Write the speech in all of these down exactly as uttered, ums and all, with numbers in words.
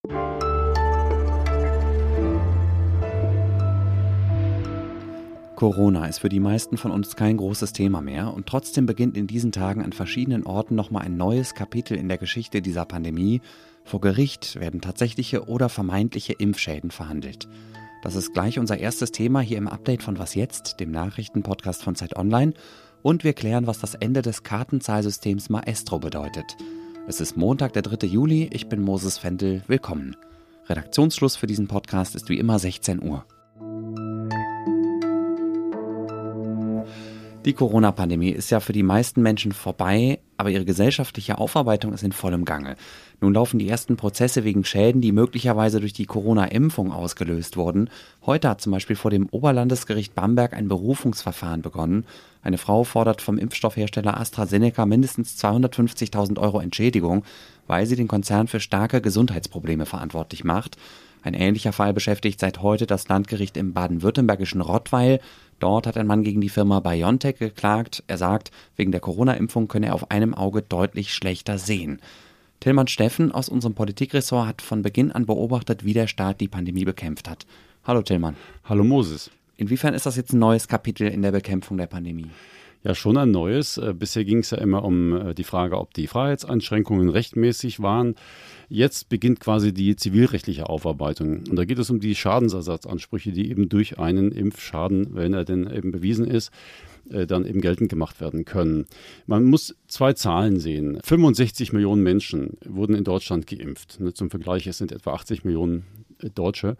Corona ist für die meisten von uns kein großes Thema mehr und trotzdem beginnt in diesen Tagen an verschiedenen Orten nochmal ein neues Kapitel in der Geschichte dieser Pandemie. Vor Gericht werden tatsächliche oder vermeintliche Impfschäden verhandelt. Das ist gleich unser erstes Thema hier im Update von Was Jetzt, dem Nachrichtenpodcast von Zeit Online. Und wir klären, was das Ende des Kartenzahlsystems Maestro bedeutet. Es ist Montag, der dritte Juli. Ich bin Moses Fendel. Willkommen. Redaktionsschluss für diesen Podcast ist wie immer sechzehn Uhr. Die Corona-Pandemie ist ja für die meisten Menschen vorbei, aber ihre gesellschaftliche Aufarbeitung ist in vollem Gange. Nun laufen die ersten Prozesse wegen Schäden, die möglicherweise durch die Corona-Impfung ausgelöst wurden. Heute hat zum Beispiel vor dem Oberlandesgericht Bamberg ein Berufungsverfahren begonnen. Eine Frau fordert vom Impfstoffhersteller AstraZeneca mindestens zweihundertfünfzigtausend Euro Entschädigung, weil sie den Konzern für starke Gesundheitsprobleme verantwortlich macht. Ein ähnlicher Fall beschäftigt seit heute das Landgericht im baden-württembergischen Rottweil. Dort hat ein Mann gegen die Firma BioNTech geklagt. Er sagt, wegen der Corona-Impfung könne er auf einem Auge deutlich schlechter sehen. Tillmann Steffen aus unserem Politikressort hat von Beginn an beobachtet, wie der Staat die Pandemie bekämpft hat. Hallo Tillmann. Hallo Moses. Inwiefern ist das jetzt ein neues Kapitel in der Bekämpfung der Pandemie? Ja, schon ein neues. Bisher ging es ja immer um die Frage, ob die Freiheitseinschränkungen rechtmäßig waren. Jetzt beginnt quasi die zivilrechtliche Aufarbeitung. Und da geht es um die Schadensersatzansprüche, die eben durch einen Impfschaden, wenn er denn eben bewiesen ist, dann eben geltend gemacht werden können. Man muss zwei Zahlen sehen. fünfundsechzig Millionen Menschen wurden in Deutschland geimpft. Zum Vergleich, es sind etwa achtzig Millionen Deutsche.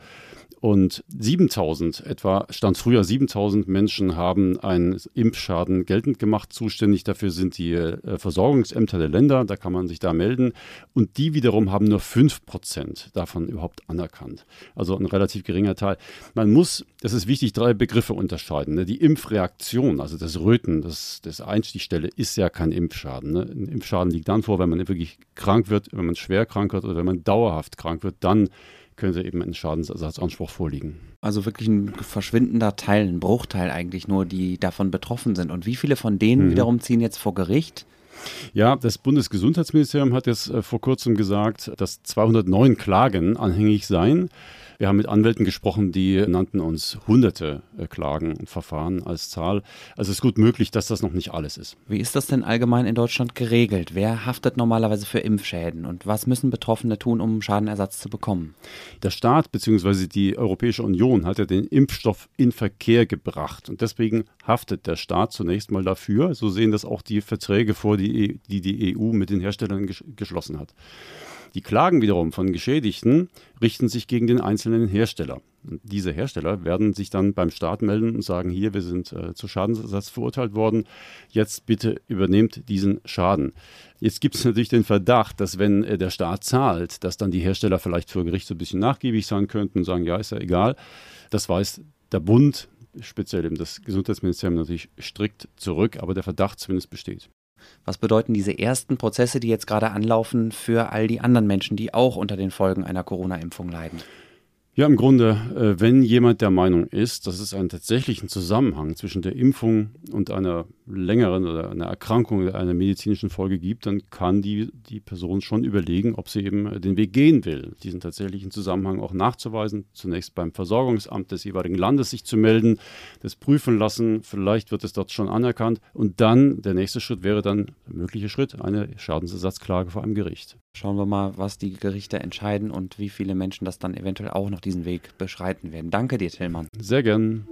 Und siebentausend, etwa stand früher, siebentausend Menschen haben einen Impfschaden geltend gemacht. Zuständig dafür sind die äh, Versorgungsämter der Länder, da kann man sich da melden. Und die wiederum haben nur fünf Prozent davon überhaupt anerkannt. Also ein relativ geringer Teil. Man muss, das ist wichtig, drei Begriffe unterscheiden. Ne? Die Impfreaktion, also das Röten, das, das Einstichstelle, ist ja kein Impfschaden. Ne? Ein Impfschaden liegt dann vor, wenn man wirklich krank wird, wenn man schwer krank wird oder wenn man dauerhaft krank wird, dann könnte eben ein Schadensersatzanspruch vorliegen. Also wirklich ein verschwindender Teil, ein Bruchteil eigentlich nur, die davon betroffen sind. Und wie viele von denen mhm. wiederum ziehen jetzt vor Gericht? Ja, das Bundesgesundheitsministerium hat jetzt äh, vor kurzem gesagt, dass zweihundertneun Klagen anhängig seien. Wir haben mit Anwälten gesprochen, die nannten uns hunderte äh, Klagen und Verfahren als Zahl. Also es ist gut möglich, dass das noch nicht alles ist. Wie ist das denn allgemein in Deutschland geregelt? Wer haftet normalerweise für Impfschäden und was müssen Betroffene tun, um Schadenersatz zu bekommen? Der Staat bzw. die Europäische Union hat ja den Impfstoff in Verkehr gebracht und deswegen haftet der Staat zunächst mal dafür. So sehen das auch die Verträge vor, die die, die E U mit den Herstellern ges- geschlossen hat. Die Klagen wiederum von Geschädigten richten sich gegen den einzelnen Hersteller. Und diese Hersteller werden sich dann beim Staat melden und sagen, hier, wir sind äh, zu Schadensersatz verurteilt worden, jetzt bitte übernehmt diesen Schaden. Jetzt gibt es natürlich den Verdacht, dass wenn äh, der Staat zahlt, dass dann die Hersteller vielleicht vor Gericht so ein bisschen nachgiebig sein könnten und sagen, ja, ist ja egal. Das weist der Bund, speziell eben das Gesundheitsministerium, natürlich strikt zurück, aber der Verdacht zumindest besteht. Was bedeuten diese ersten Prozesse, die jetzt gerade anlaufen, für all die anderen Menschen, die auch unter den Folgen einer Corona-Impfung leiden? Ja, im Grunde, äh, wenn jemand der Meinung ist, dass es einen tatsächlichen Zusammenhang zwischen der Impfung und einer längeren oder einer Erkrankung oder einer medizinischen Folge gibt, dann kann die, die Person schon überlegen, ob sie eben den Weg gehen will, diesen tatsächlichen Zusammenhang auch nachzuweisen. Zunächst beim Versorgungsamt des jeweiligen Landes sich zu melden, das prüfen lassen, vielleicht wird es dort schon anerkannt. Und dann, der nächste Schritt wäre dann, der mögliche Schritt, eine Schadensersatzklage vor einem Gericht. Schauen wir mal, was die Gerichte entscheiden und wie viele Menschen das dann eventuell auch noch diesen Weg beschreiten werden. Danke dir, Tillmann. Sehr gern.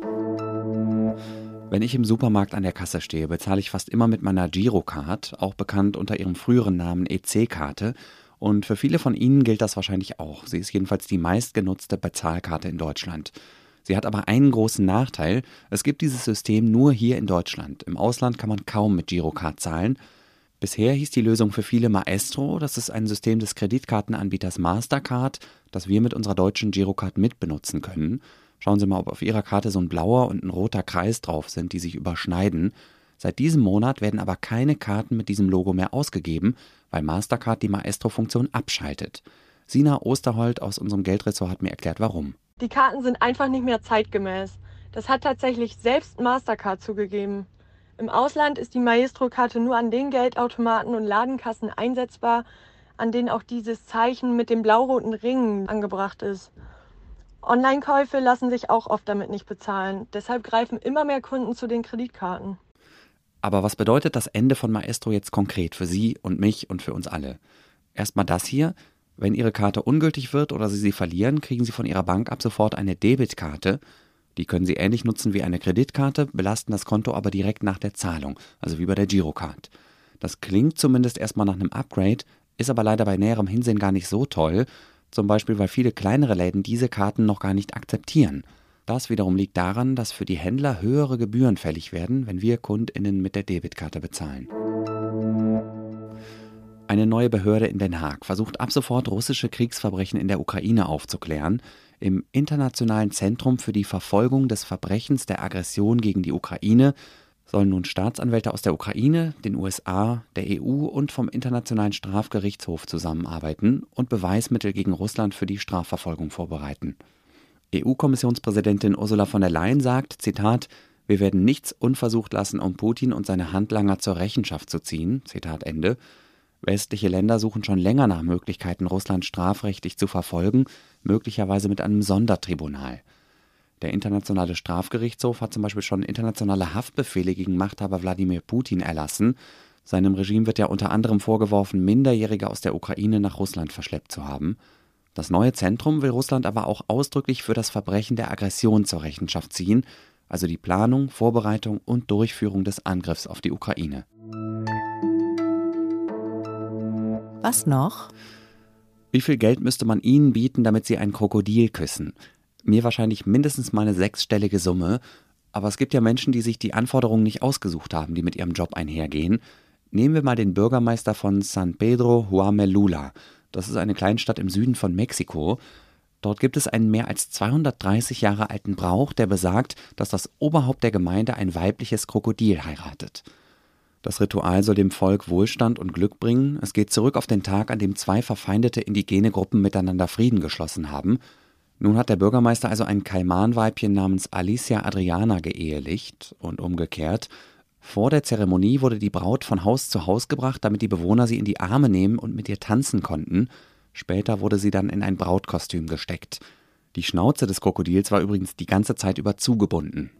Wenn ich im Supermarkt an der Kasse stehe, bezahle ich fast immer mit meiner Girocard, auch bekannt unter ihrem früheren Namen E C-Karte. Und für viele von Ihnen gilt das wahrscheinlich auch. Sie ist jedenfalls die meistgenutzte Bezahlkarte in Deutschland. Sie hat aber einen großen Nachteil. Es gibt dieses System nur hier in Deutschland. Im Ausland kann man kaum mit Girocard zahlen. Bisher hieß die Lösung für viele Maestro. Das ist ein System des Kreditkartenanbieters Mastercard, das wir mit unserer deutschen Girocard mitbenutzen können. Schauen Sie mal, ob auf Ihrer Karte so ein blauer und ein roter Kreis drauf sind, die sich überschneiden. Seit diesem Monat werden aber keine Karten mit diesem Logo mehr ausgegeben, weil Mastercard die Maestro-Funktion abschaltet. Sina Osterholt aus unserem Geldressort hat mir erklärt, warum. Die Karten sind einfach nicht mehr zeitgemäß. Das hat tatsächlich selbst Mastercard zugegeben. Im Ausland ist die Maestro-Karte nur an den Geldautomaten und Ladenkassen einsetzbar, an denen auch dieses Zeichen mit dem blau-roten Ring angebracht ist. Online-Käufe lassen sich auch oft damit nicht bezahlen. Deshalb greifen immer mehr Kunden zu den Kreditkarten. Aber was bedeutet das Ende von Maestro jetzt konkret für Sie und mich und für uns alle? Erstmal das hier: Wenn Ihre Karte ungültig wird oder Sie sie verlieren, kriegen Sie von Ihrer Bank ab sofort eine Debitkarte. Die können Sie ähnlich nutzen wie eine Kreditkarte, belasten das Konto aber direkt nach der Zahlung, also wie bei der Girocard. Das klingt zumindest erstmal nach einem Upgrade, ist aber leider bei näherem Hinsehen gar nicht so toll, zum Beispiel weil viele kleinere Läden diese Karten noch gar nicht akzeptieren. Das wiederum liegt daran, dass für die Händler höhere Gebühren fällig werden, wenn wir KundInnen mit der Debitkarte bezahlen. Eine neue Behörde in Den Haag versucht ab sofort russische Kriegsverbrechen in der Ukraine aufzuklären. Im Internationalen Zentrum für die Verfolgung des Verbrechens der Aggression gegen die Ukraine sollen nun Staatsanwälte aus der Ukraine, den U S A, der E U und vom Internationalen Strafgerichtshof zusammenarbeiten und Beweismittel gegen Russland für die Strafverfolgung vorbereiten. E U-Kommissionspräsidentin Ursula von der Leyen sagt, Zitat, wir werden nichts unversucht lassen, um Putin und seine Handlanger zur Rechenschaft zu ziehen, Zitat Ende. Westliche Länder suchen schon länger nach Möglichkeiten, Russland strafrechtlich zu verfolgen, möglicherweise mit einem Sondertribunal. Der Internationale Strafgerichtshof hat zum Beispiel schon internationale Haftbefehle gegen Machthaber Wladimir Putin erlassen. Seinem Regime wird ja unter anderem vorgeworfen, Minderjährige aus der Ukraine nach Russland verschleppt zu haben. Das neue Zentrum will Russland aber auch ausdrücklich für das Verbrechen der Aggression zur Rechenschaft ziehen, also die Planung, Vorbereitung und Durchführung des Angriffs auf die Ukraine. Was noch? Wie viel Geld müsste man ihnen bieten, damit sie ein Krokodil küssen? Mir wahrscheinlich mindestens mal eine sechsstellige Summe, aber es gibt ja Menschen, die sich die Anforderungen nicht ausgesucht haben, die mit ihrem Job einhergehen. Nehmen wir mal den Bürgermeister von San Pedro Huamelula. Das ist eine Kleinstadt im Süden von Mexiko. Dort gibt es einen mehr als zweihundertdreißig Jahre alten Brauch, der besagt, dass das Oberhaupt der Gemeinde ein weibliches Krokodil heiratet. Das Ritual soll dem Volk Wohlstand und Glück bringen. Es geht zurück auf den Tag, an dem zwei verfeindete indigene Gruppen miteinander Frieden geschlossen haben. Nun hat der Bürgermeister also ein Kaimanweibchen namens Alicia Adriana geehelicht und umgekehrt. Vor der Zeremonie wurde die Braut von Haus zu Haus gebracht, damit die Bewohner sie in die Arme nehmen und mit ihr tanzen konnten. Später wurde sie dann in ein Brautkostüm gesteckt. Die Schnauze des Krokodils war übrigens die ganze Zeit über zugebunden.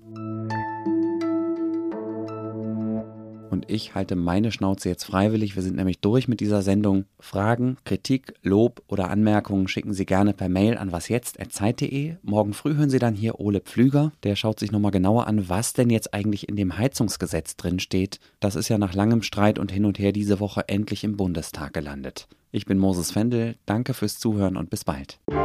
Und ich halte meine Schnauze jetzt freiwillig. Wir sind nämlich durch mit dieser Sendung. Fragen, Kritik, Lob oder Anmerkungen schicken Sie gerne per Mail an wasjetzt at zeit punkt de. Morgen früh hören Sie dann hier Ole Pflüger. Der schaut sich nochmal genauer an, was denn jetzt eigentlich in dem Heizungsgesetz drin steht. Das ist ja nach langem Streit und hin und her diese Woche endlich im Bundestag gelandet. Ich bin Moses Fendel. Danke fürs Zuhören und bis bald.